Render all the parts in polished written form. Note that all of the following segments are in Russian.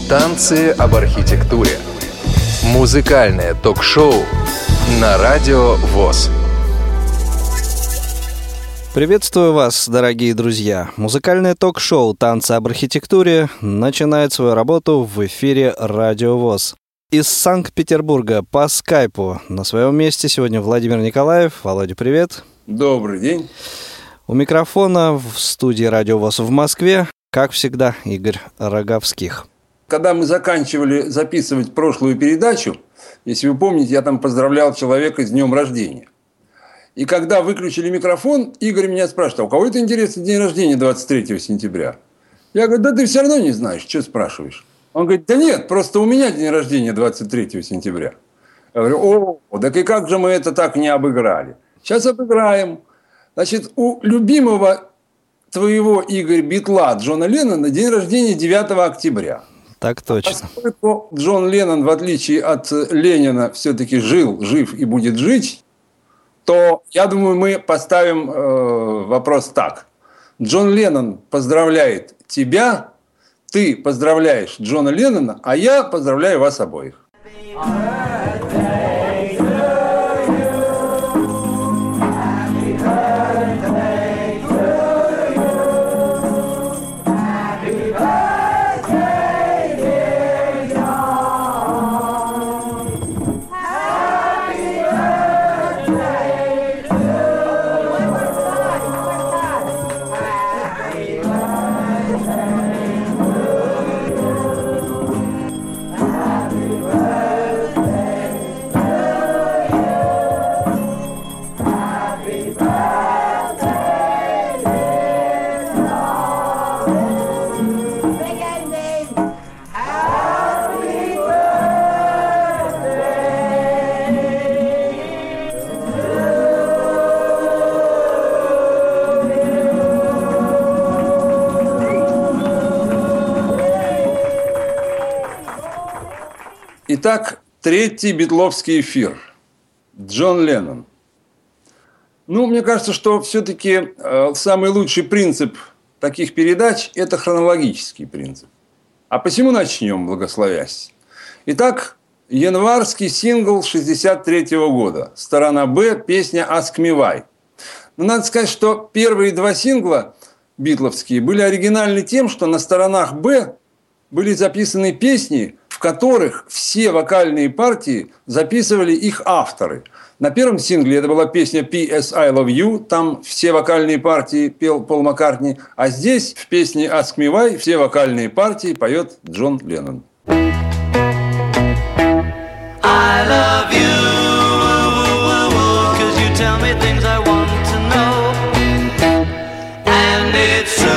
Танцы об архитектуре. Музыкальное ток-шоу на Радио ВОС. Приветствую вас, дорогие друзья. Музыкальное ток-шоу «Танцы об архитектуре» начинает свою работу в эфире Радио ВОС. Из Санкт-Петербурга по скайпу на своем месте сегодня Владимир Николаев. Володя, привет. Добрый день. У микрофона в студии Радио ВОС в Москве, как всегда, Игорь Роговских. Когда мы заканчивали записывать прошлую передачу, если вы помните, я там поздравлял человека с днем рождения. И когда выключили микрофон, Игорь меня спрашивает: а у кого это интересный день рождения 23 сентября? Я говорю: да ты все равно не знаешь, что спрашиваешь. Он говорит: да нет, просто у меня день рождения 23 сентября. Я говорю: о, так и как же мы это так не обыграли? Сейчас обыграем. Значит, у любимого твоего, Игорь, битла Джона Леннона день рождения 9 октября. Так точно. Поскольку Джон Леннон, в отличие от Ленина, все-таки жил, жив и будет жить, то, я думаю, мы поставим вопрос так. Джон Леннон поздравляет тебя, ты поздравляешь Джона Леннона, а я поздравляю вас обоих. Итак, третий битловский эфир. Джон Леннон. Мне кажется, что все-таки самый лучший принцип таких передач – это хронологический принцип. А посему начнем, благословясь. Итак, январский сингл 1963 года. Сторона «Б», песня «Ask Me Why». Надо сказать, что первые два сингла битловские были оригинальны тем, что на сторонах «Б» были записаны песни, в которых все вокальные партии записывали их авторы. На первом сингле это была песня «P.S. I Love You», там все вокальные партии пел Пол Маккартни, а здесь в песне «Ask Me Why» все вокальные партии поет Джон Леннон. I love you, 'cause you tell me things I want to know, and it's true.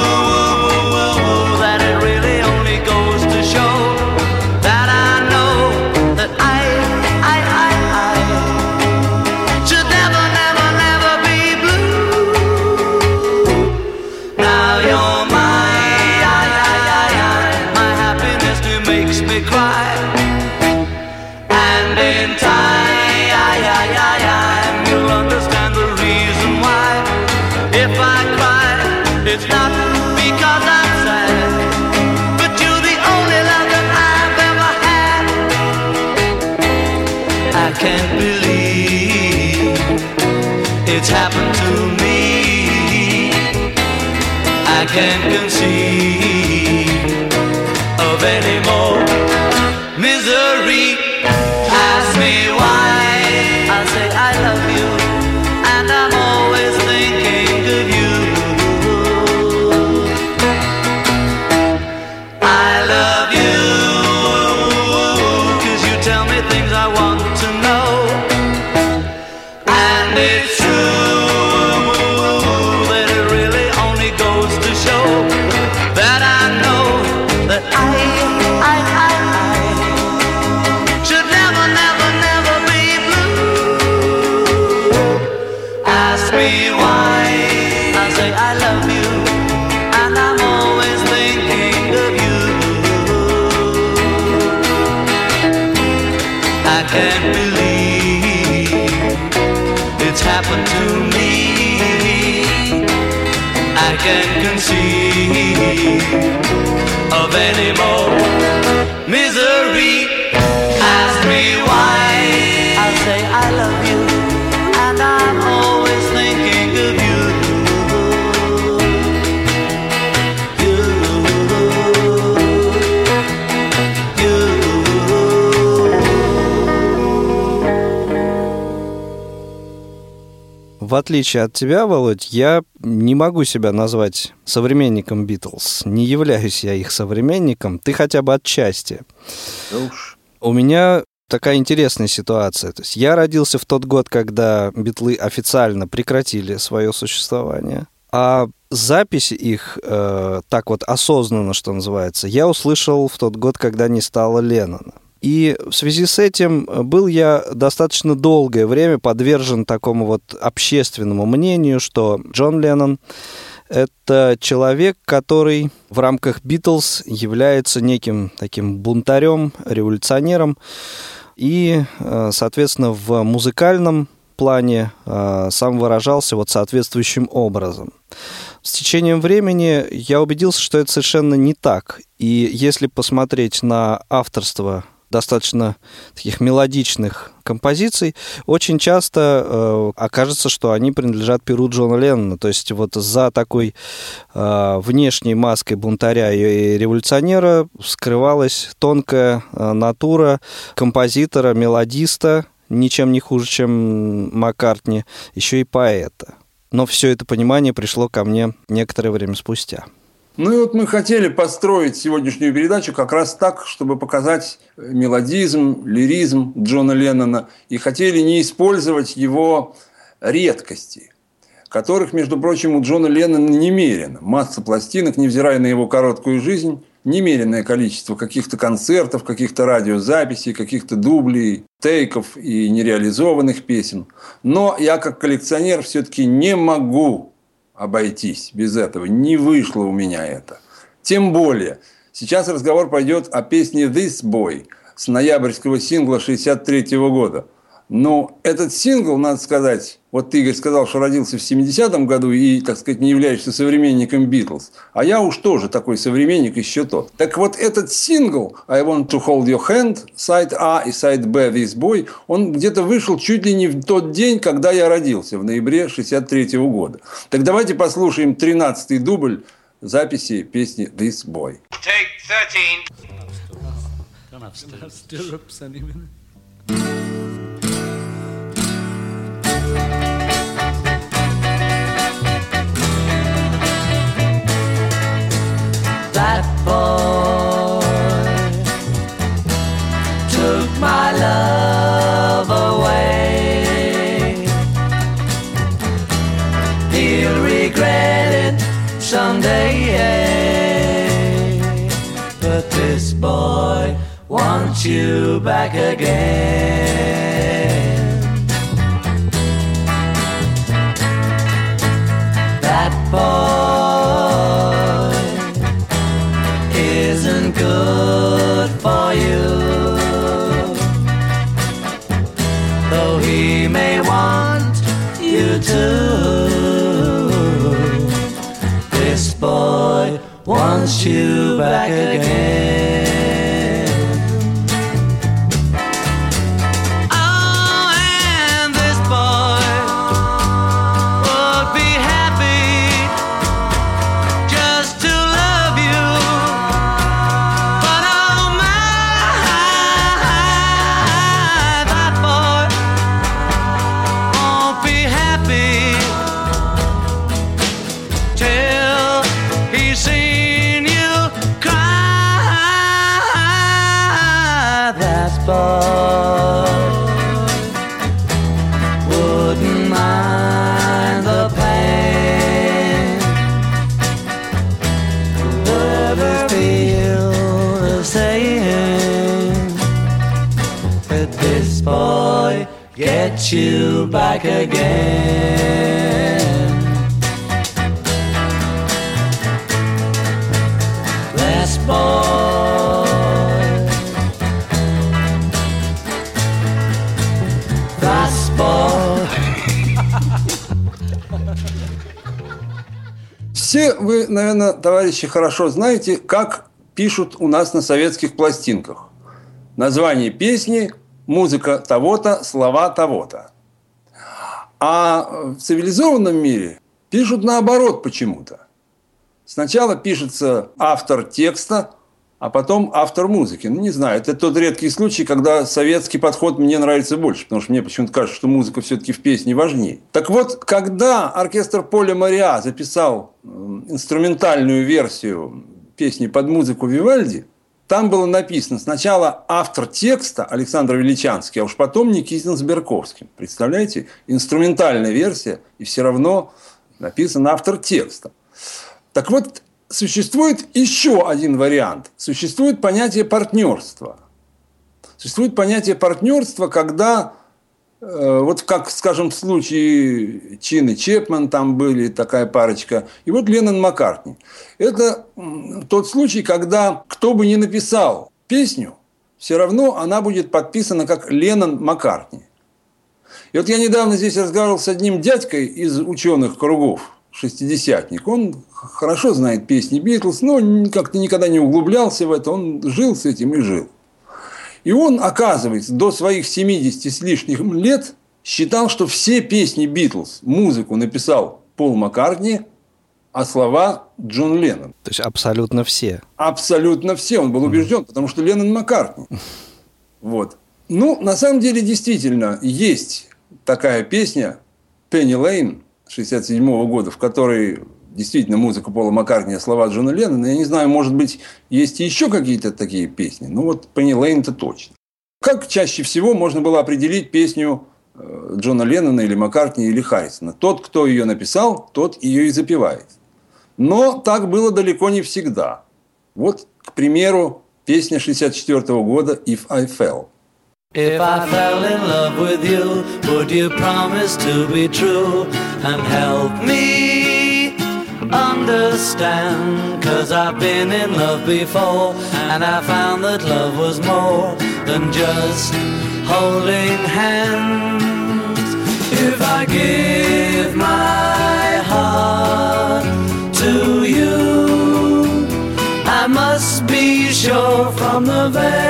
It's happened to me. I can't conceive of any more misery. Ask me why. I say I love you, and I'm always thinking of you. I love you, 'cause you tell me things I want to know, and it's should never, never, never be blue. Ask me why. I say I love you, and I'm always thinking of you. I can't believe it's happened to me. I can't conceive of any more в отличие от тебя, Володь, я не могу себя назвать современником Битлз. Не являюсь я их современником. Ты хотя бы отчасти. Да уж. У меня такая интересная ситуация. То есть я родился в тот год, когда Битлы официально прекратили свое существование. А запись их, так вот осознанно, что называется, я услышал в тот год, когда не стало Леннона. И в связи с этим был я достаточно долгое время подвержен такому вот общественному мнению, что Джон Леннон — это человек, который в рамках Битлз является неким таким бунтарем, революционером, и, соответственно, в музыкальном плане сам выражался вот соответствующим образом. С течением времени я убедился, что это совершенно не так. И если посмотреть на авторство достаточно таких мелодичных композиций, очень часто окажется, что они принадлежат перу Джона Леннона. То есть вот за такой внешней маской бунтаря и революционера скрывалась тонкая натура композитора, мелодиста, ничем не хуже, чем Маккартни, еще и поэта. Но все это понимание пришло ко мне некоторое время спустя. Ну и вот мы хотели построить сегодняшнюю передачу как раз так, чтобы показать мелодизм, лиризм Джона Леннона, и хотели не использовать его редкости, которых, между прочим, у Джона Леннона немерено. Масса пластинок, невзирая на его короткую жизнь, немеренное количество каких-то концертов, каких-то радиозаписей, каких-то дублей, тейков и нереализованных песен. Но я, как коллекционер, все-таки не могу обойтись без этого. Не вышло у меня это. Тем более, сейчас разговор пойдет о песне «This Boy» с ноябрьского сингла 1963 года. Но этот сингл, надо сказать, вот ты, Игорь, сказал, что родился в 70-м году и, так сказать, не являешься современником Битлз. А я уж тоже такой современник еще тот. Так вот, этот сингл «I want to hold your hand», сайд А и сайд Б «This Boy», он где-то вышел чуть ли не в тот день, когда я родился, в ноябре 1963 года. Так давайте послушаем 13-й дубль записи песни «This Boy». Take 13. Don't have stirrups anyway. That boy took my love away. He'll regret it someday. But this boy wants you back again. That boy isn't good for you, though he may want you to. This boy wants you back again. Oh, and this boy would be happy just to love you. But oh my, that boy won't be happy till he's seen you cry. That boy wouldn't mind the pain. Never feel the same. But this boy gets you back again. This boy, this boy. Все вы, наверное, товарищи, хорошо знаете, как пишут у нас на советских пластинках. Название песни, музыка того-то, слова того-то. А в цивилизованном мире пишут наоборот почему-то. Сначала пишется автор текста, а потом автор музыки. Ну, не знаю, это тот редкий случай, когда советский подход мне нравится больше, потому что мне почему-то кажется, что музыка все-таки в песне важнее. Так вот, когда оркестр Поля Мориа записал инструментальную версию песни под музыку Вивальди, там было написано сначала автор текста Александр Величанский, а уж потом Никитин с Берковским. Представляете? Инструментальная версия, и все равно написан автор текста. Так вот, существует еще один вариант. Существует понятие партнерства. Существует понятие партнерства, когда, вот как, скажем, в случае Чин и Чепмен, там были такая парочка, и вот Леннон-Маккартни. Это тот случай, когда кто бы ни написал песню, все равно она будет подписана как Леннон-Маккартни. И вот я недавно здесь разговаривал с одним дядькой из ученых кругов, шестидесятник. Он хорошо знает песни Битлз, но как-то никогда не углублялся в это. Он жил с этим и жил. И он, оказывается, до своих 70 с лишним лет считал, что все песни Битлз, музыку написал Пол Маккартни, а слова Джон Леннон. То есть абсолютно все. Абсолютно все. Он был убежден, потому что Леннон Маккартни. Вот. Ну, на самом деле, действительно, есть такая песня «Пенни Лейн» 1967 года, в которой действительно музыка Пола Маккартни, а слова Джона Леннона. Я не знаю, может быть, есть и еще какие-то такие песни. Ну, вот «Пенни Лейн» это точно. Как чаще всего можно было определить песню Джона Леннона или Маккартни или Харрисона? Тот, кто ее написал, тот ее и запевает. Но так было далеко не всегда. Вот, к примеру, песня 1964 года «If I Fell». If I fell in love with you, would you promise to be true and help me understand? 'Cause I've been in love before and I found that love was more than just holding hands. If I give my heart to you, I must be sure from the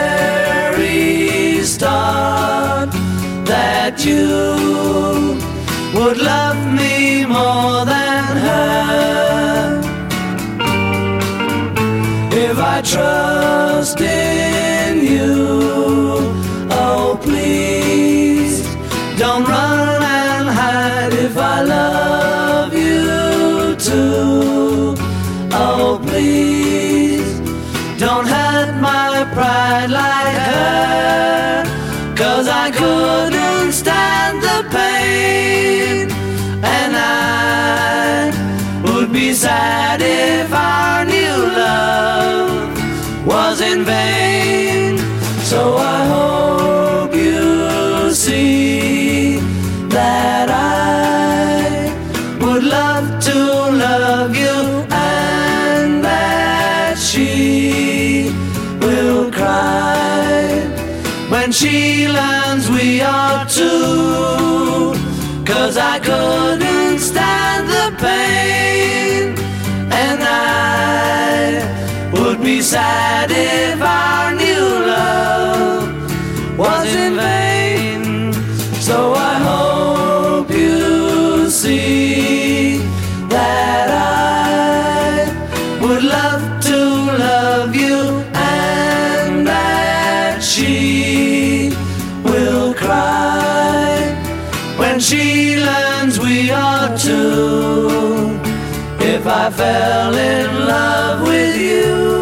very start that you would love me more than her. If I trust in you, oh please don't run and hide. If I love you too, oh please don't hurt my pride like her. 'Cause I couldn't stand the pain, and I would be sad if our new love was in vain. So I hope you see that I would love to love you, and that she will cry when she learns we are two. 'Cause I couldn't stand the pain, and I would be sad if our new love was in vain. So I hope you see that I would love to love you, and that she will cry when she learns we are two. If I fell in love with you.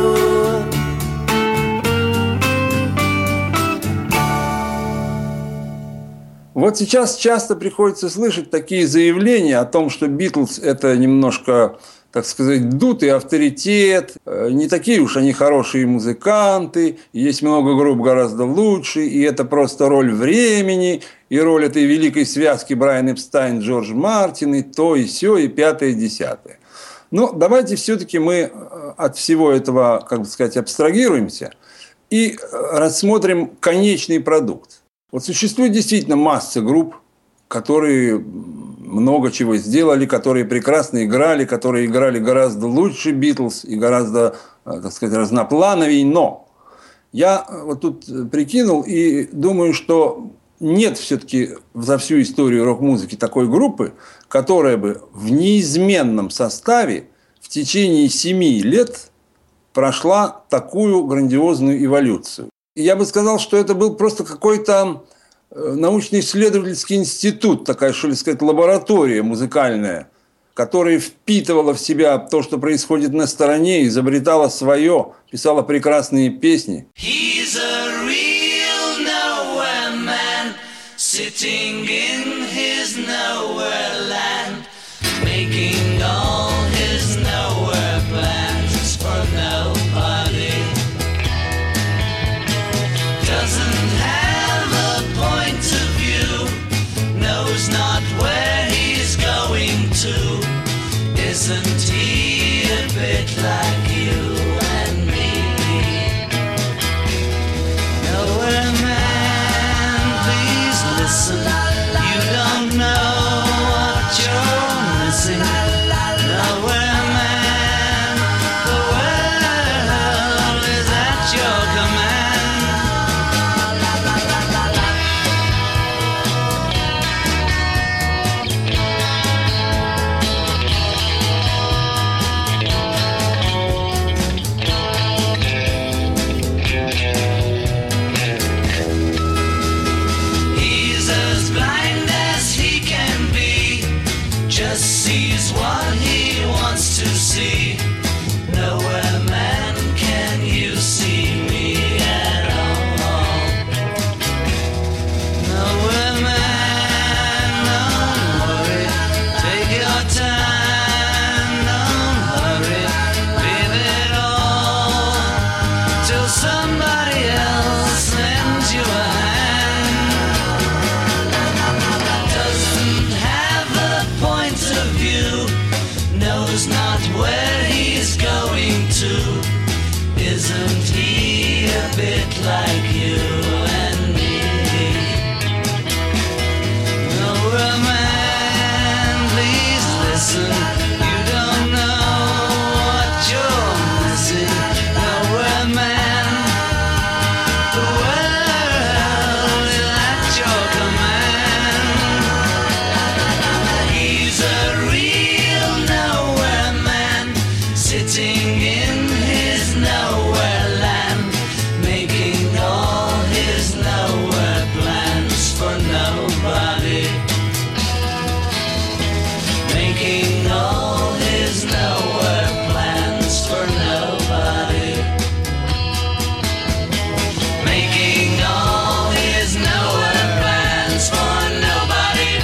Вот сейчас часто приходится слышать такие заявления о том, что Битлз – это немножко, так сказать, дутый авторитет, не такие уж они хорошие музыканты, есть много групп гораздо лучше, и это просто роль времени, и роль этой великой связки Брайан Эпстайн, Джордж Мартин, и то, и сё, и пятое, и десятое. Но давайте все-таки мы от всего этого, как бы сказать, абстрагируемся и рассмотрим конечный продукт. Вот существует действительно масса групп, которые много чего сделали, которые прекрасно играли, которые играли гораздо лучше Битлз и гораздо, так сказать, разноплановей. Но я вот тут прикинул и думаю, что нет все-таки за всю историю рок-музыки такой группы, которая бы в неизменном составе в течение 7 лет прошла такую грандиозную эволюцию. И я бы сказал, что это был просто какой-то научно-исследовательский институт, такая, что ли сказать, лаборатория музыкальная, которая впитывала в себя то, что происходит на стороне, изобретала свое, писала прекрасные песни. He's a real nowhere man, sitting in his nowhere land, making all his nowhere plans for nobody. Doesn't have a point of view, knows not where he's going to. Isn't he a bit like you and me? Nowhere man, please listen. You don't know what you're missing. Nowhere man, the world is at your command. He's as blind as he can be, just sees what he wants to see. Nowhere man, can you see me at all? Nowhere man, don't worry, take your time, don't hurry, leave it all till somebody else lends you a hand. Doesn't have a point of view, knows not where he's going to. Isn't he a bit like you and me? Nowhere man, please listen. You don't know what you're missing. Nowhere man, the world is at your command. He's a real nowhere man, sitting in his nowhere land, making all his nowhere plans for nobody. Making all his nowhere plans for nobody. Making all his nowhere plans for nobody.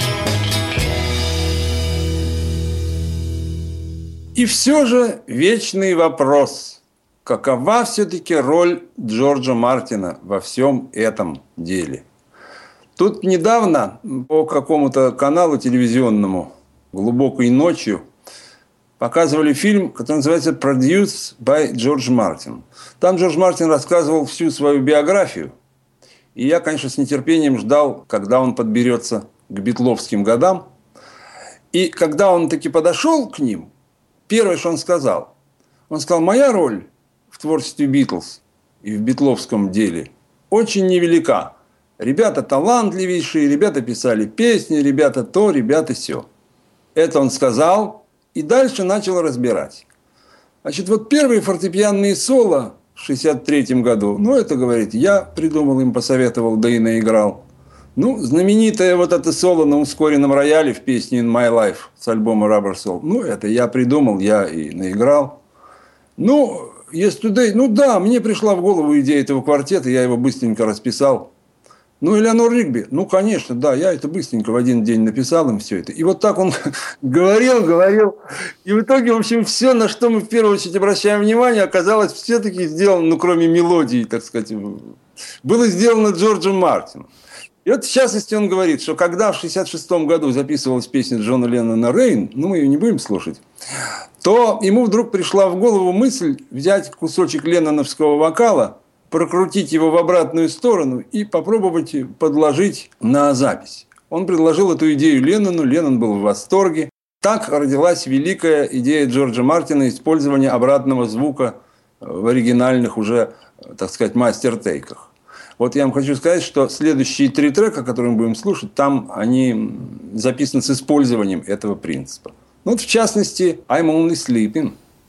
И все же вечный вопрос. Какова все-таки роль Джорджа Мартина во всем этом деле? Тут недавно по какому-то каналу телевизионному глубокой ночью показывали фильм, который называется «Produced by George Martin». Там Джордж Мартин рассказывал всю свою биографию. И я, конечно, с нетерпением ждал, когда он подберется к битловским годам. И когда он таки подошел к ним, первое, что он сказал, моя роль в творчестве Битлз и в битловском деле очень невелика. Ребята талантливейшие, ребята писали песни, ребята то, ребята сё. Это он сказал и дальше начал разбирать. Значит, вот первые фортепианные соло в 1963 году, это, говорит, я придумал, им посоветовал, да и наиграл. Знаменитое вот это соло на ускоренном рояле в песне «In My Life» с альбома Rubber Soul. Это я придумал, я и наиграл. Yesterday, да, мне пришла в голову идея этого квартета, я его быстренько расписал. Элеонор Ригби, конечно, да, я это быстренько в один день написал им все это. И вот так он говорил. И в итоге, в общем, все, на что мы в первую очередь обращаем внимание, оказалось все-таки сделано, кроме мелодии, так сказать, было сделано Джорджем Мартином. И вот, в частности, он говорит, что когда в 1966 году записывалась песня Джона Леннона «Рейн», мы ее не будем слушать, то ему вдруг пришла в голову мысль взять кусочек ленноновского вокала, прокрутить его в обратную сторону и попробовать подложить на запись. Он предложил эту идею Леннону, Леннон был в восторге. Так родилась великая идея Джорджа Мартина использования обратного звука в оригинальных уже, так сказать, мастер-тейках. Вот я вам хочу сказать, что следующие 3 трека, которые мы будем слушать, там они записаны с использованием этого принципа. В частности, «I'm Only Sleeping».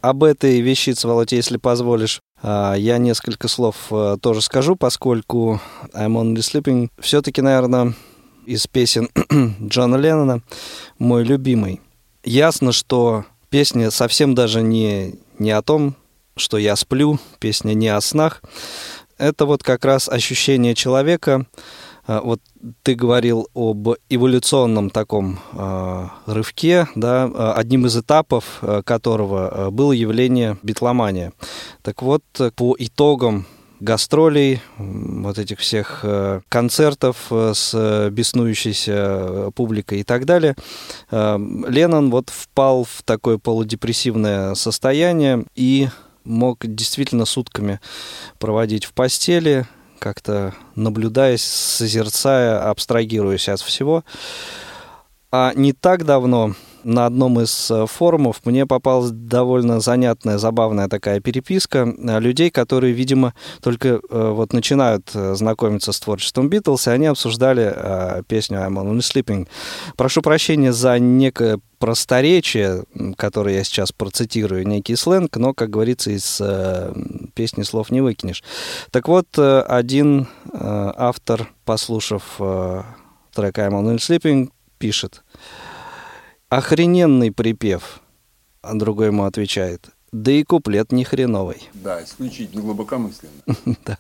об этой вещице, Володь, если позволишь, я несколько слов тоже скажу, поскольку I'm Only Sleeping все-таки, наверное, из песен Джона Леннона мой любимый. Ясно, что песня совсем даже не о том, что я сплю, песня не о снах. Это вот как раз ощущение человека. Вот ты говорил об эволюционном таком рывке, да, одним из этапов которого было явление битломания. Так вот, по итогам гастролей, вот этих всех концертов с беснующейся публикой и так далее, Леннон вот впал в такое полудепрессивное состояние и мог действительно сутками проводить в постели, как-то наблюдаясь, созерцая, абстрагируясь от всего. А не так давно на одном из форумов мне попалась довольно занятная, забавная такая переписка людей, которые, видимо, только вот начинают знакомиться с творчеством Битлз, и они обсуждали песню I'm Only Sleeping. Прошу прощения за некое просторечие, которое я сейчас процитирую, некий сленг, но, как говорится, из песни слов не выкинешь. Так вот, один автор, послушав трек I'm Only Sleeping, пишет: «Охрененный припев», а другой ему отвечает: «Да и куплет не хреновый». Да, исключительно глубокомысленно. Да.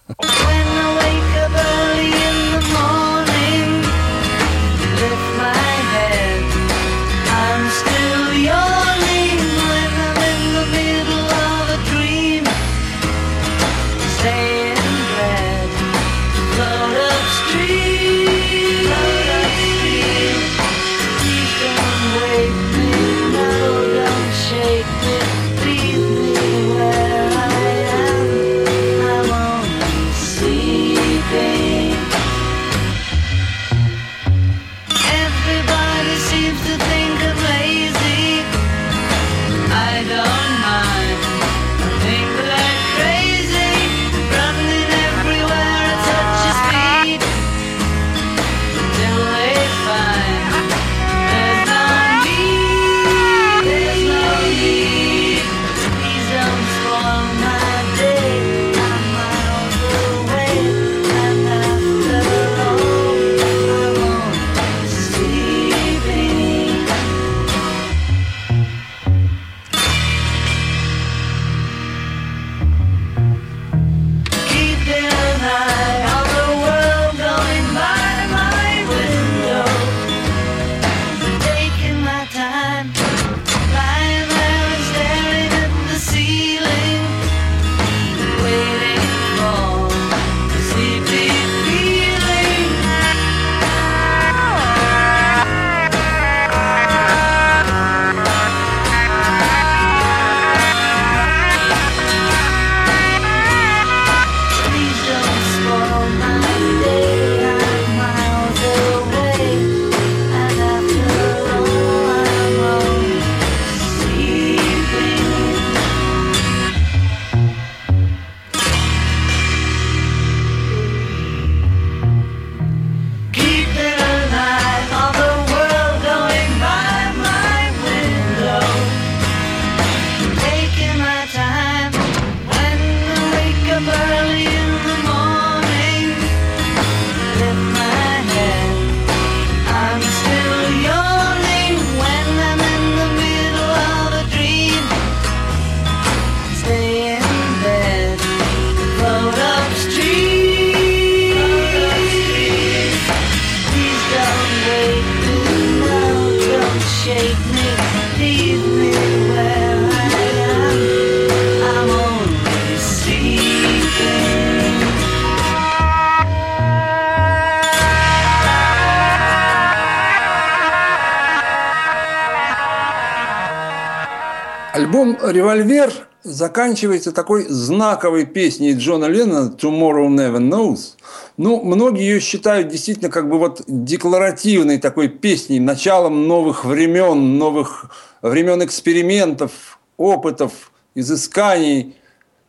Альбом «Револьвер» заканчивается такой знаковой песней Джона Леннона «Tomorrow Never Knows». Ну, многие ее считают действительно как бы вот декларативной такой песней, началом новых времен экспериментов, опытов, изысканий.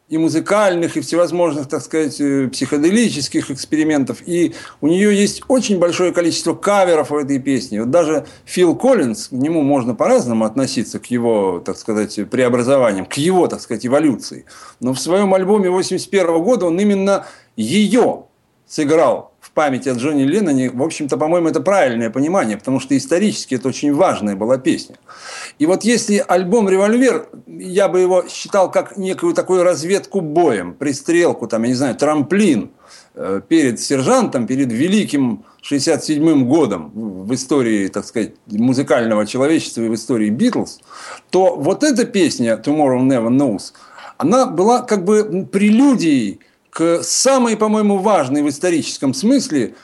и музыкальных, и всевозможных, так сказать, психоделических экспериментов. И у нее есть очень большое количество каверов у этой песни. Вот даже Фил Коллинз, к нему можно по-разному относиться, к его, так сказать, преобразованиям, к его, так сказать, эволюции. Но в своем альбоме 1981 года он именно ее сыграл в память о Джонни Ленноне. В общем-то, по-моему, это правильное понимание, потому что исторически это очень важная была песня. И вот если альбом «Револьвер», я бы его считал как некую такую разведку боем, пристрелку, там, я не знаю, трамплин перед сержантом, перед великим 67-м годом в истории, так сказать, музыкального человечества и в истории Битлз, то вот эта песня «Tomorrow Never Knows», она была как бы прелюдией к самой, по-моему, важной в историческом смысле,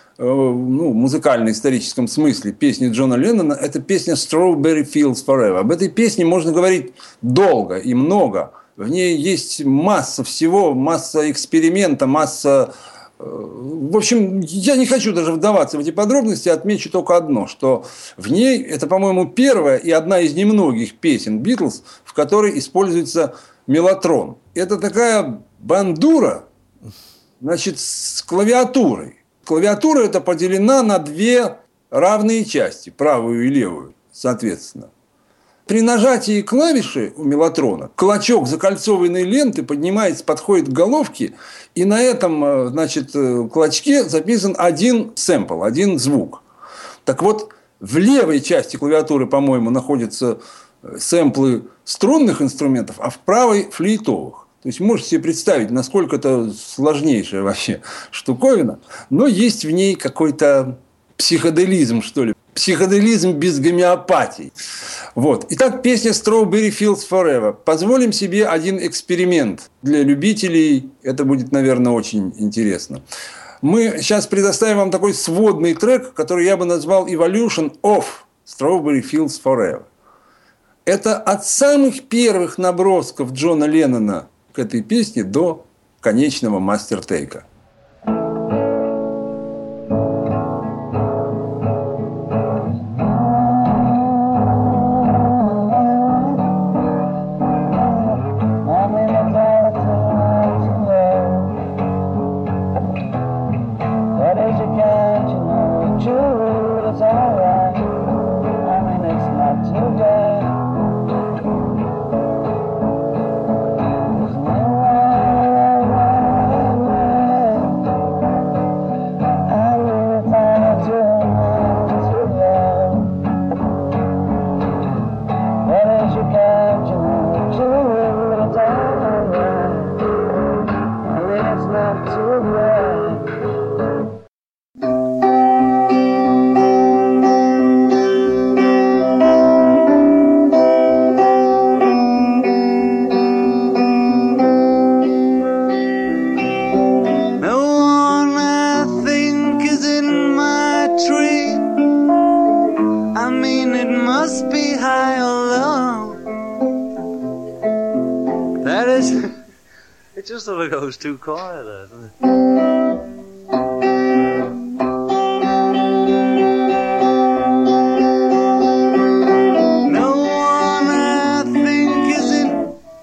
музыкально-историческом смысле песни Джона Леннона, это песня «Strawberry Fields Forever». Об этой песне можно говорить долго и много. В ней есть масса всего, масса эксперимента, масса... В общем, я не хочу даже вдаваться в эти подробности, отмечу только одно, что в ней, это, по-моему, первая и одна из немногих песен Битлз, в которой используется меллотрон. Это такая бандура, значит, с клавиатурой. Клавиатура эта поделена на две равные части, правую и левую, соответственно. При нажатии клавиши у меллотрона клочок закольцованной ленты поднимается, подходит к головке, и на этом, значит, клочке записан один сэмпл, один звук. Так вот, в левой части клавиатуры, по-моему, находятся сэмплы струнных инструментов, а в правой – флейтовых. То есть, можете себе представить, насколько это сложнейшая вообще штуковина, но есть в ней какой-то психоделизм, что ли. Психоделизм без гомеопатии. Вот. Итак, песня «Strawberry Fields Forever». Позволим себе один эксперимент для любителей. Это будет, наверное, очень интересно. Мы сейчас предоставим вам такой сводный трек, который я бы назвал «Evolution of Strawberry Fields Forever». Это от самых первых набросков Джона Леннона к этой песне до конечного мастер-тейка. It just sort of goes too quiet, doesn't it? No one I think is in.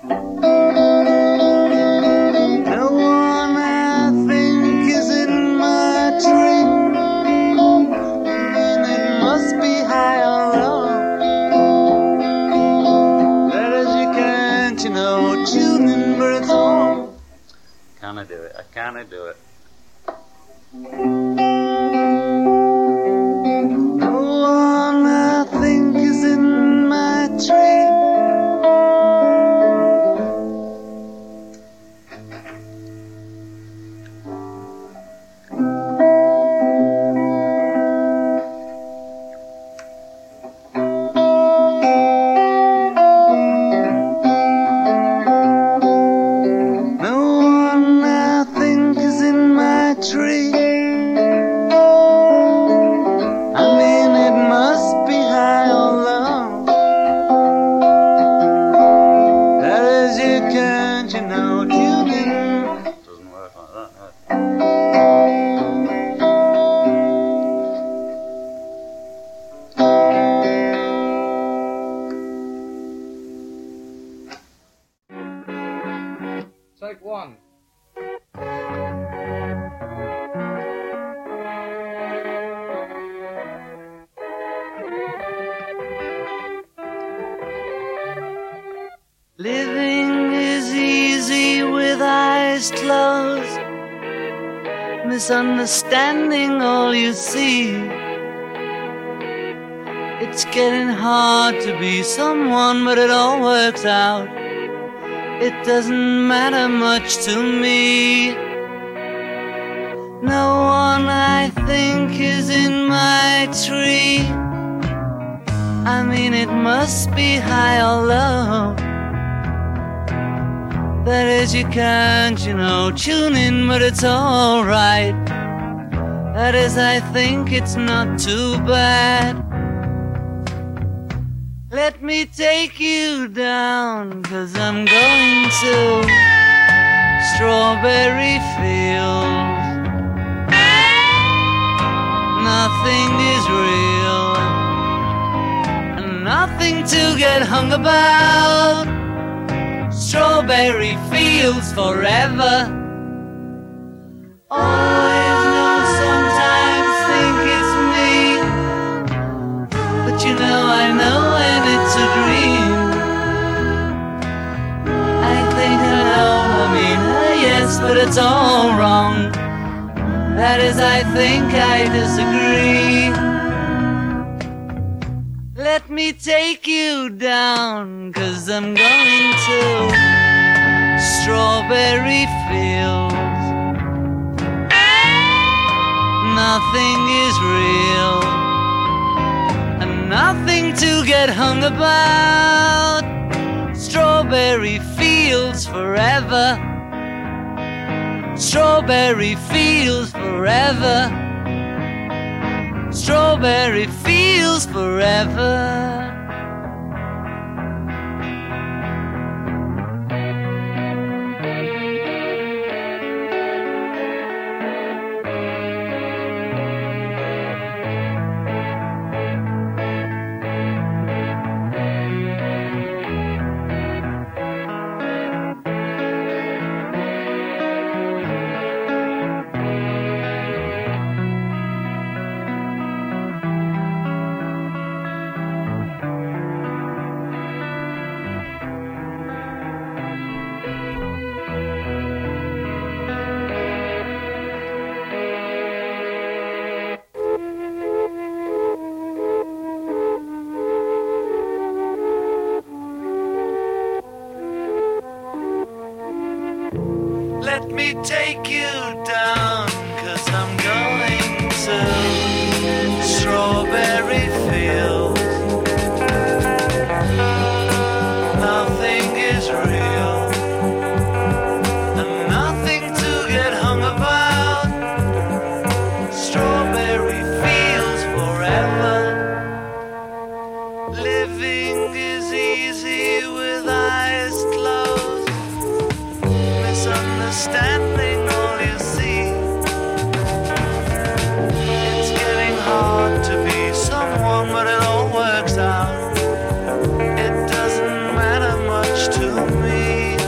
No one I think is in my tree. And it must be high or low. That is you can't, you know, tuning birds home. Can I do it? Can I do it? No one I think is in my tree. No one I think is in my tree. eyes closed, misunderstanding all you see. It's getting hard to be someone, but it all works out. It doesn't matter much to me. No one I think is in my tree. I mean, it must be high or low. That is, you can't, tune in, but it's alright. That is, I think it's not too bad. Let me take you down, 'cause I'm going to strawberry fields. Nothing is real, and nothing to get hung about. Strawberry fields forever. Always know, sometimes think it's me, but I know when it's a dream. I think I know, yes, but it's all wrong. That is, I think I disagree. Let me take you down, 'cause I'm going to strawberry fields. Nothing is real, and nothing to get hung about. Strawberry fields forever. Strawberry fields forever. Strawberry fields forever. Let me take you down, 'cause I'm going to strawberry fields. Nothing is real, and nothing to get hung about. Strawberry fields forever. Living is easy with eyes closed. Misunderstanding all you see. It's getting hard to be someone, but it all works out. It doesn't matter much to me.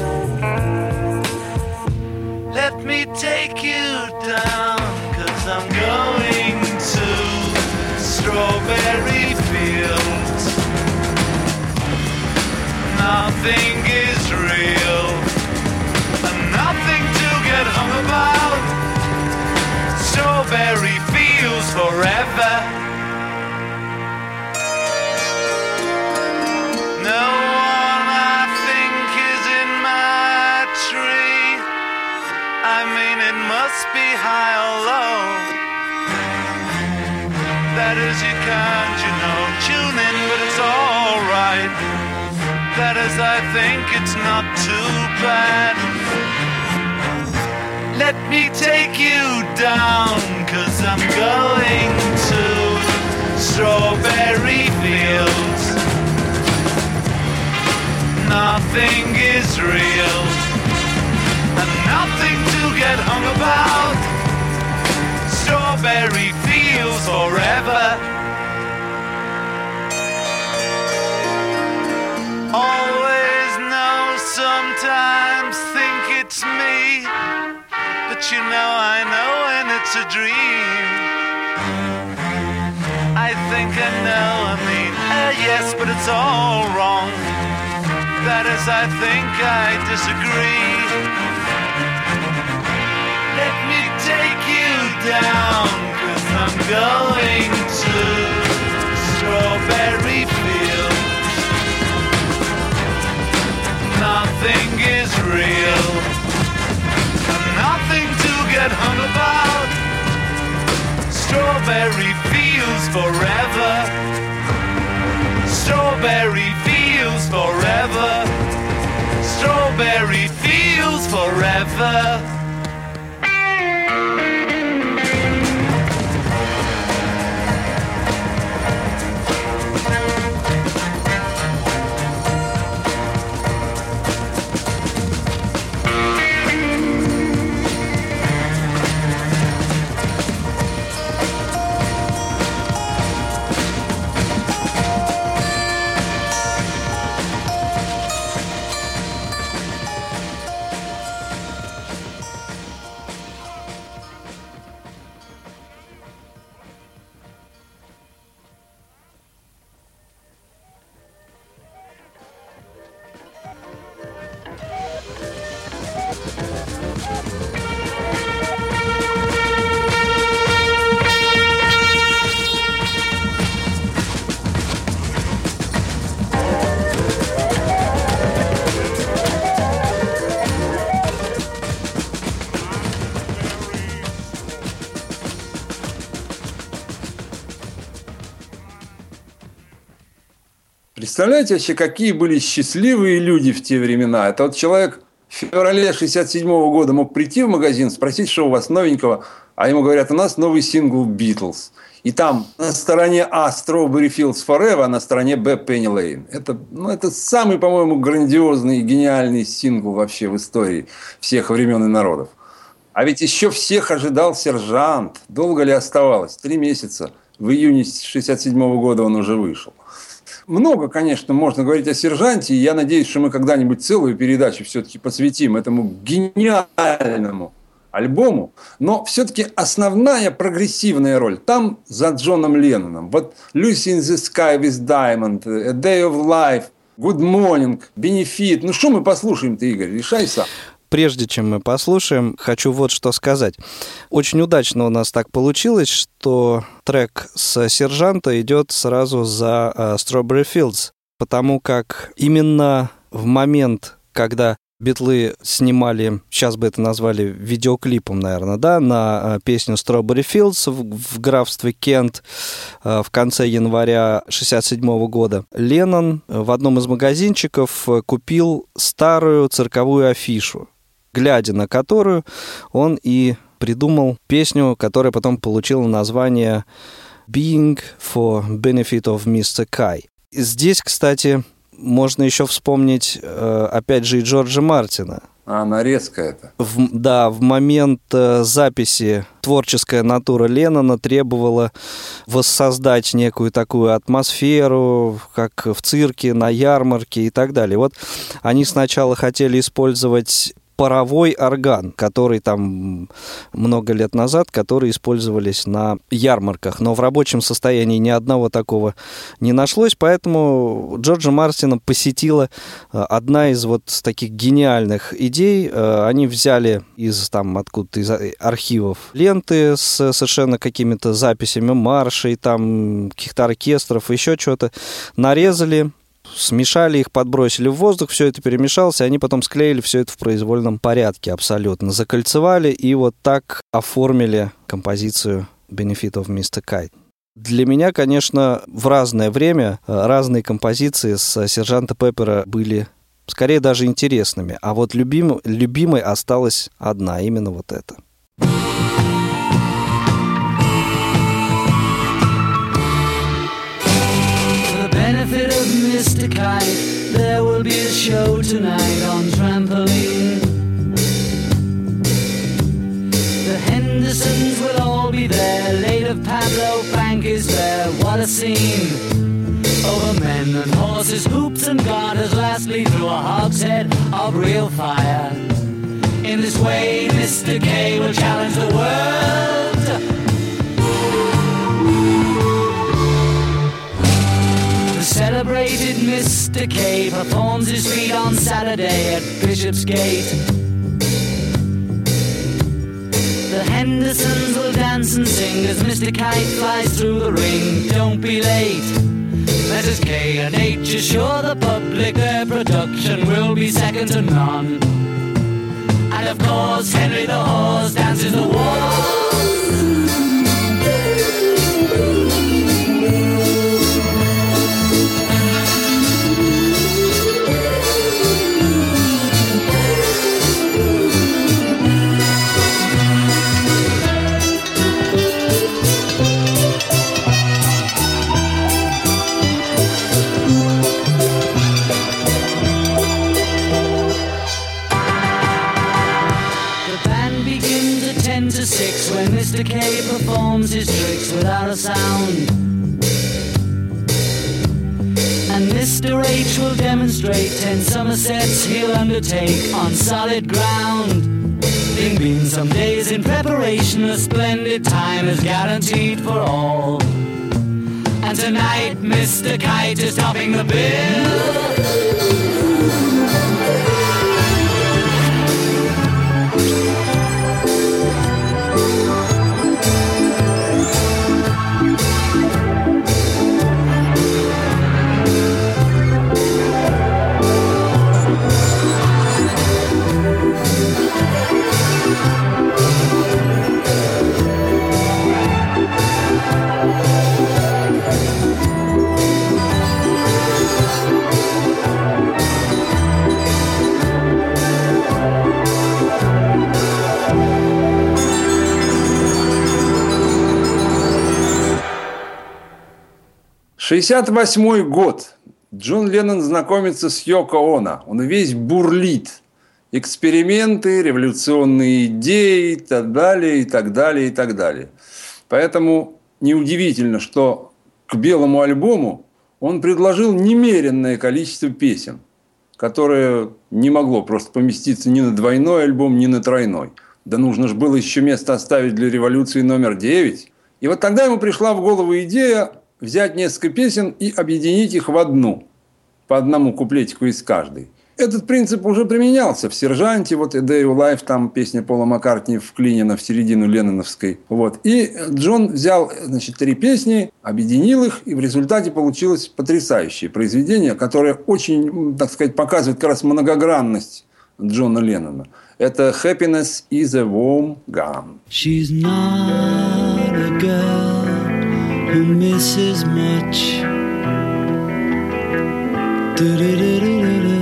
Let me take you down, 'cause I'm going to strawberry fields. Nothing is real, nothing to get hung about. Strawberry fields forever. No one I think is in my tree. I mean, it must be high or low. That is, you can't, tune in, but it's alright. That is, I think it's not too bad. Let me take you down, 'cause I'm going to strawberry fields. Nothing is real, and nothing to get hung about. Strawberry fields forever. Always know, sometimes think it's me, but I know when it's a dream. I think I know, yes, but it's all wrong. That is, I think I disagree. Strawberry fields forever. Strawberry fields forever. Strawberry fields forever. Представляете вообще, какие были счастливые люди в те времена? Это вот человек в феврале 1967 года мог прийти в магазин, спросить, что у вас новенького, а ему говорят, у нас новый сингл «Beatles». И там на стороне А «Strawberry Fields Forever», а на стороне Б «Penny Lane». Это самый, по-моему, грандиозный и гениальный сингл вообще в истории всех времен и народов. А ведь еще всех ожидал «Сержант». Долго ли оставалось? 3 месяца. В июне 1967 года он уже вышел. Много, конечно, можно говорить о «Сержанте», и я надеюсь, что мы когда-нибудь целую передачу все-таки посвятим этому гениальному альбому. Но все-таки основная прогрессивная роль там за Джоном Ленноном. Вот «Lucy in the Sky with Diamond», «A Day of Life», «Good Morning», «Benefit». Ну, что мы послушаем-то, Игорь? Решай сам. Прежде чем мы послушаем, хочу вот что сказать. Очень удачно у нас так получилось, что трек с «Сержанта» идет сразу за «Strawberry Fields», потому как именно в момент, когда Битлы снимали, сейчас бы это назвали видеоклипом, наверное, да, на песню «Strawberry Fields» в графстве Кент в конце января 1967 года, Леннон в одном из магазинчиков купил старую цирковую афишу, глядя на которую он и придумал песню, которая потом получила название «Being for Benefit of Mr. Kay». Здесь, кстати, можно еще вспомнить, опять же, и Джорджа Мартина. Нарезка это. В момент записи творческая натура Леннона требовала воссоздать некую такую атмосферу, как в цирке, на ярмарке и так далее. Вот они сначала хотели использовать паровой орган, который там много лет назад, которые использовались на ярмарках. Но в рабочем состоянии ни одного такого не нашлось, поэтому Джорджа Мартина посетила одна из вот таких гениальных идей. Они взяли откуда-то из архивов ленты с совершенно какими-то записями маршей, там каких-то оркестров, еще что-то, нарезали, смешали их, подбросили в воздух, все это перемешалось, и они потом склеили все это в произвольном порядке абсолютно. Закольцевали и вот так оформили композицию «Benefit of Mr. Kay». Для меня, конечно, в разное время разные композиции с «Сержанта Пеппера» были скорее даже интересными, а вот любимой осталась одна, именно вот эта. Mr. Kite, there will be a show tonight on trampoline. The Hendersons will all be there. Later Pablo Frank is there. What a scene! Over men and horses, hoops and garters, lastly through a hogshead of real fire. In this way, Mr. K will challenge the world. Celebrated Mr. K performs his feat on Saturday at Bishopsgate. The Hendersons will dance and sing as Mr. Kite flies through the ring. Don't be late. Mrs. K and H assure the public their production will be second to none. And of course Henry the Horse dances the waltz. 10 to 6 when Mr. K performs his tricks without a sound. And Mr. H will demonstrate 10 Somersets he'll undertake on solid ground. There've been some days in preparation, a splendid time is guaranteed for all. And tonight Mr. Kite is topping the bill. В 1968 год Джон Леннон знакомится с Йоко Оно. Он весь бурлит. Эксперименты, революционные идеи и так далее, и так далее, и так далее. Поэтому неудивительно, что к белому альбому он предложил немеренное количество песен, которое не могло просто поместиться ни на двойной альбом, ни на тройной. Да нужно же было еще место оставить для революции номер 9. И вот тогда ему пришла в голову идея взять несколько песен и объединить их в одну, по одному куплетику из каждой. Этот принцип уже применялся в «Сержанте», вот «A Day of Life», там песня Пола Маккартни вклинена в середину ленноновской. Вот. И Джон взял, 3 песни, объединил их, и в результате получилось потрясающее произведение, которое очень, так сказать, показывает как раз многогранность Джона Леннона. Это «Happiness is a warm gun». She's not a girl who misses much. Do-do-do-do-do-do.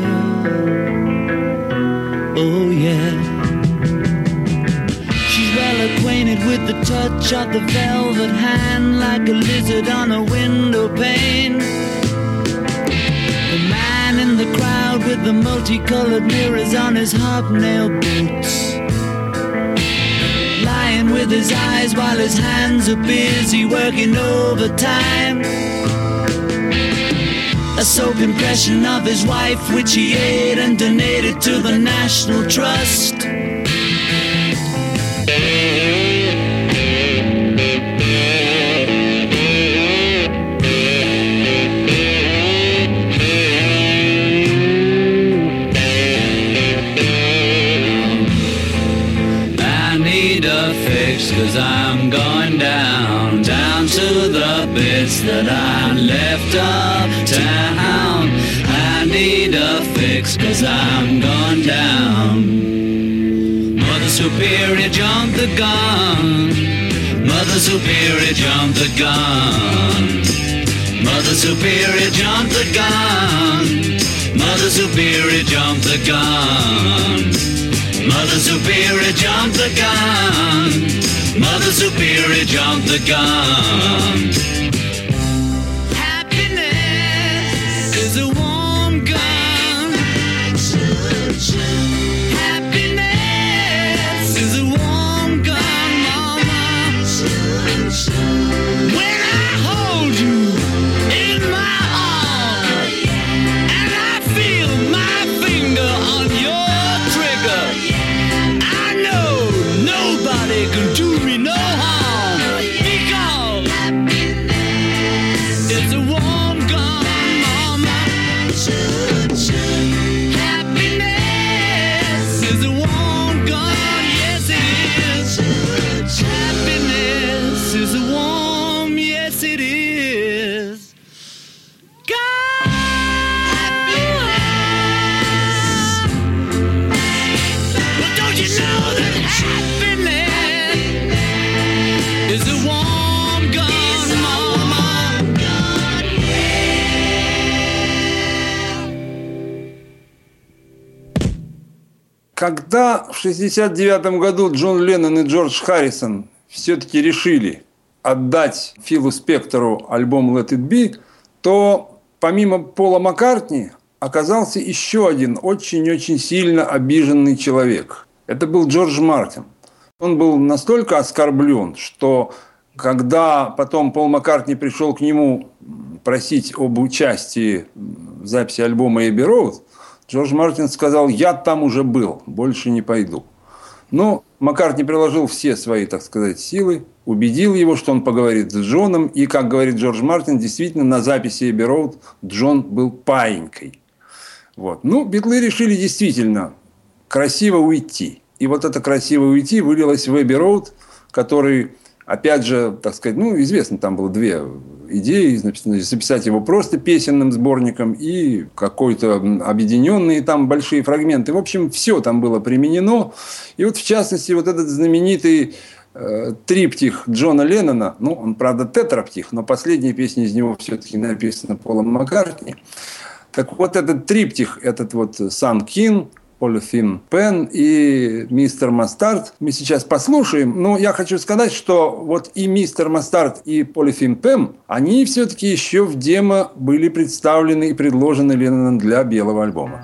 Oh yeah. She's well acquainted with the touch of the velvet hand, like a lizard on a window pane. The man in the crowd with the multicolored mirrors on his hobnail boots, lying with his eyes while his hands are busy working overtime. A soap impression of his wife, which he ate and donated to the National Trust. I need a fix 'cause I'm going down, down to the bits that I left uptown. I need a fix 'cause I'm gone down. Mother Superior jumped the gun. Mother Superior jumped the gun. Mother Superior jumped the gun. Mother Superior jumped the gun. Mother Superior jumped the gun. Mother Superior jumped the gun. Happiness is a warm gun. Happiness is a warm gun, mama. When I hold you in my arms and I feel my finger on your trigger, I know nobody can do me no harm, because it's a warm gun, mama. Happiness is a warm gun, yes it is. Happiness is a warm, yes it is. God. Well, don't you know that happiness is a warm gun, mama? Когда в 1969 году Джон Леннон и Джордж Харрисон все-таки решили отдать Филу Спектору альбом «Let It Be», то помимо Пола Маккартни оказался еще один очень-очень сильно обиженный человек. Это был Джордж Мартин. Он был настолько оскорблен, что когда потом Пол Маккартни пришел к нему просить об участии в записи альбома «Эбби Роуд», Джордж Мартин сказал: «Я там уже был, больше не пойду». Но Маккартни приложил все свои, так сказать, силы, убедил его, что он поговорит с Джоном. И, как говорит Джордж Мартин, действительно, на записи «Эбби Роуд» Джон был паинькой. Вот. Ну, Битлы решили действительно красиво уйти. И вот это красиво уйти вылилось в «Эбби Роуд», который, опять же, так сказать, ну, известно, там было две идеи: записать его просто песенным сборником и какой-то объединенные там большие фрагменты. В общем, все там было применено. И вот, в частности, вот этот знаменитый триптих Джона Леннона, ну, он, правда, тетраптих, но последняя песня из него все-таки написана Полом Маккартни. Так вот, этот триптих, этот вот «Sun King», Polythene Pen и «Мистер Мастард» мы сейчас послушаем. Но я хочу сказать, что вот и «Мистер Мастард», и «Polythene Pen», они все-таки еще в демо были представлены и предложены Ленноном для белого альбома.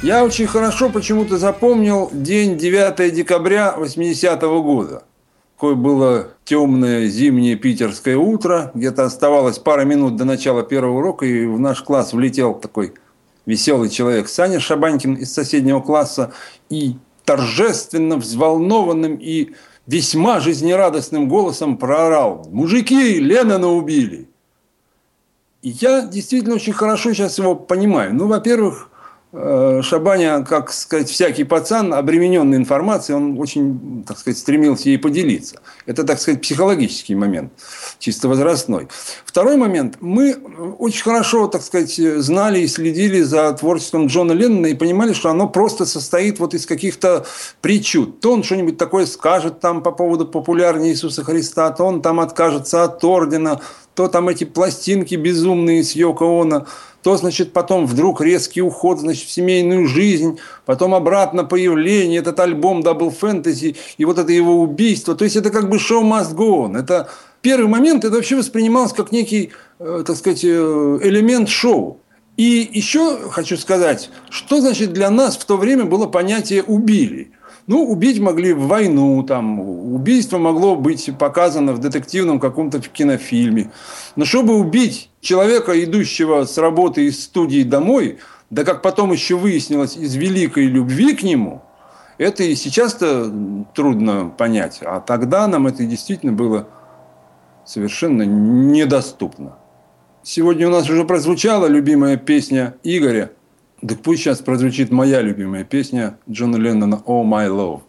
Я очень хорошо почему-то запомнил день 9 декабря 80-го года. Такое было темное зимнее питерское утро. Где-то оставалось пара минут до начала первого урока, и в наш класс влетел такой веселый человек Саня Шабанькин из соседнего класса и торжественно, взволнованным и весьма жизнерадостным голосом проорал: «Мужики, Леннона убили!» И я действительно очень хорошо сейчас его понимаю. Ну, во-первых, Шабаня, как сказать, всякий пацан, обремененный информацией, он очень, так сказать, стремился ей поделиться. Это, так сказать, психологический момент, чисто возрастной. Второй момент. Мы очень хорошо, так сказать, знали и следили за творчеством Джона Леннона и понимали, что оно просто состоит вот из каких-то причуд. То он что-нибудь такое скажет там по поводу популярнее Иисуса Христа, то он там откажется от ордена, то там эти пластинки безумные с Йоко Оно, то, значит, потом вдруг резкий уход, значит, в семейную жизнь, потом обратно появление, этот альбом Double Fantasy и вот это его убийство. То есть это как бы show must go on. Это первый момент, это вообще воспринималось как некий, так сказать, элемент шоу. И еще хочу сказать, что, значит, для нас в то время было понятие «убили». Ну, убить могли в войну, там, убийство могло быть показано в детективном каком-то кинофильме. Но чтобы убить человека, идущего с работы из студии домой, да как потом еще выяснилось, из великой любви к нему, это и сейчас-то трудно понять. А тогда нам это действительно было совершенно недоступно. Сегодня у нас уже прозвучала любимая песня Игоря. Так пусть сейчас прозвучит моя любимая песня Джона Леннона «Oh My Love».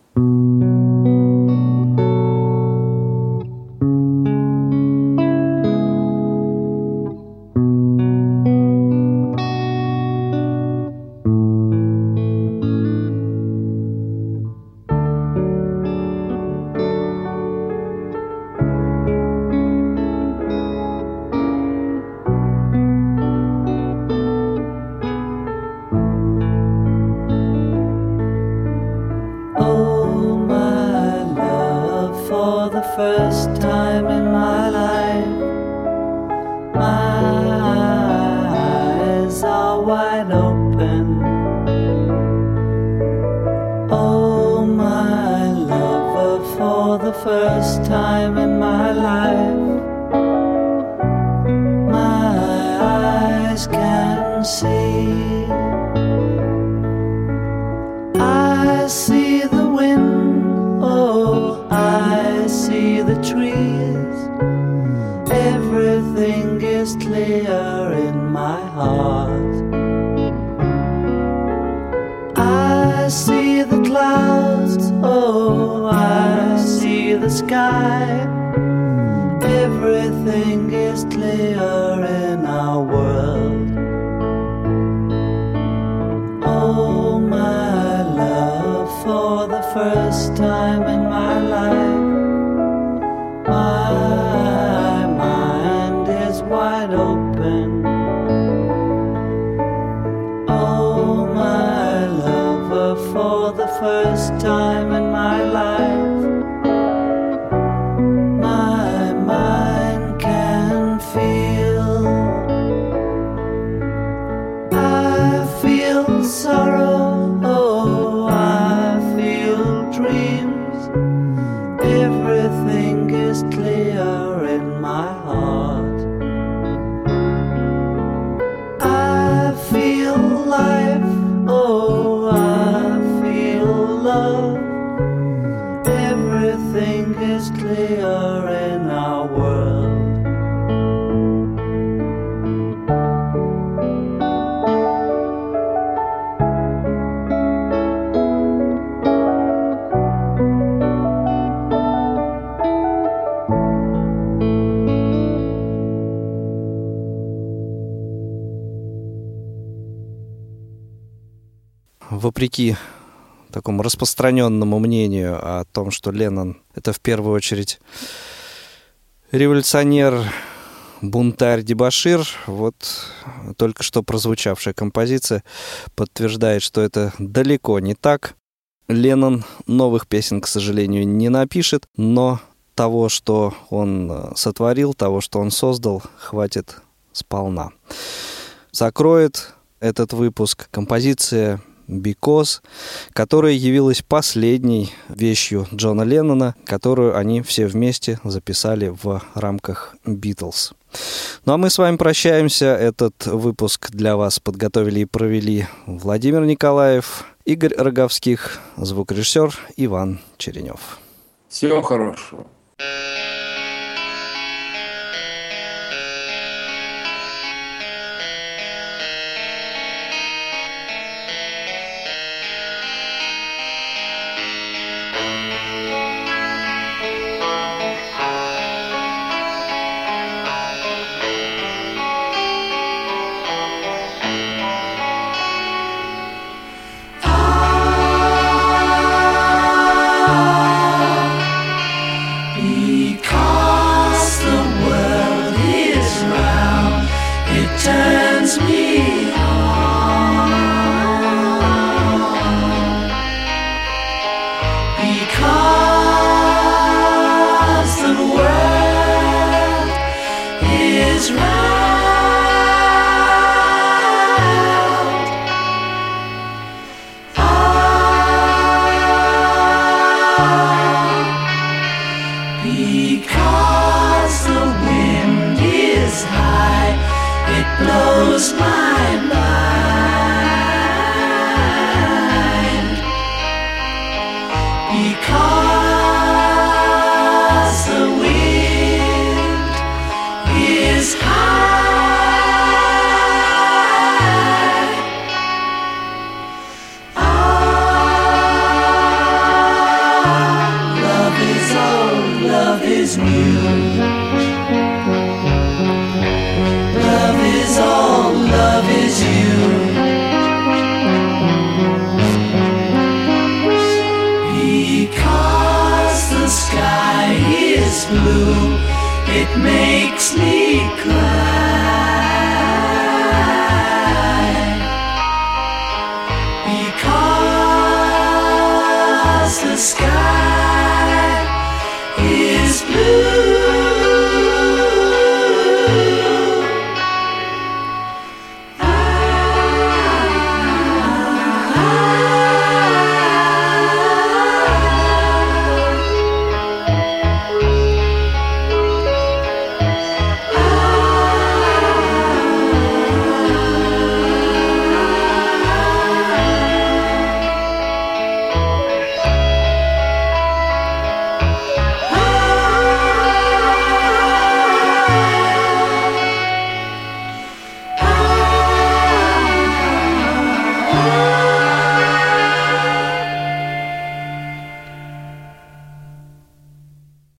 First time in my life, my eyes are wide open. Oh, my lover, for the first time in my life, my eyes can see. I see the wind, oh, I see the trees. Everything is clear in my heart. I see the clouds, oh, I see the sky. Everything is clear in our world. Oh, my love, for the first time in my life, my mind is wide open. Oh, my lover, for the first time in my life, my mind can feel. I feel sorrow, oh, I feel dreams. Everything is clear in my heart. I feel life, oh, I feel love. Everything is clear in our world. Вопреки такому распространенному мнению о том, что Леннон — это в первую очередь революционер, бунтарь, дебошир, вот только что прозвучавшая композиция подтверждает, что это далеко не так. Леннон новых песен, к сожалению, не напишет, но того, что он сотворил, того, что он создал, хватит сполна. Закроет этот выпуск композиция «Because», которая явилась последней вещью Джона Леннона, которую они все вместе записали в рамках «Битлз». Ну а мы с вами прощаемся. Этот выпуск для вас подготовили и провели Владимир Николаев, Игорь Роговских, звукорежиссер Иван Черенев. Всего хорошего. Because the wind is high, it blows my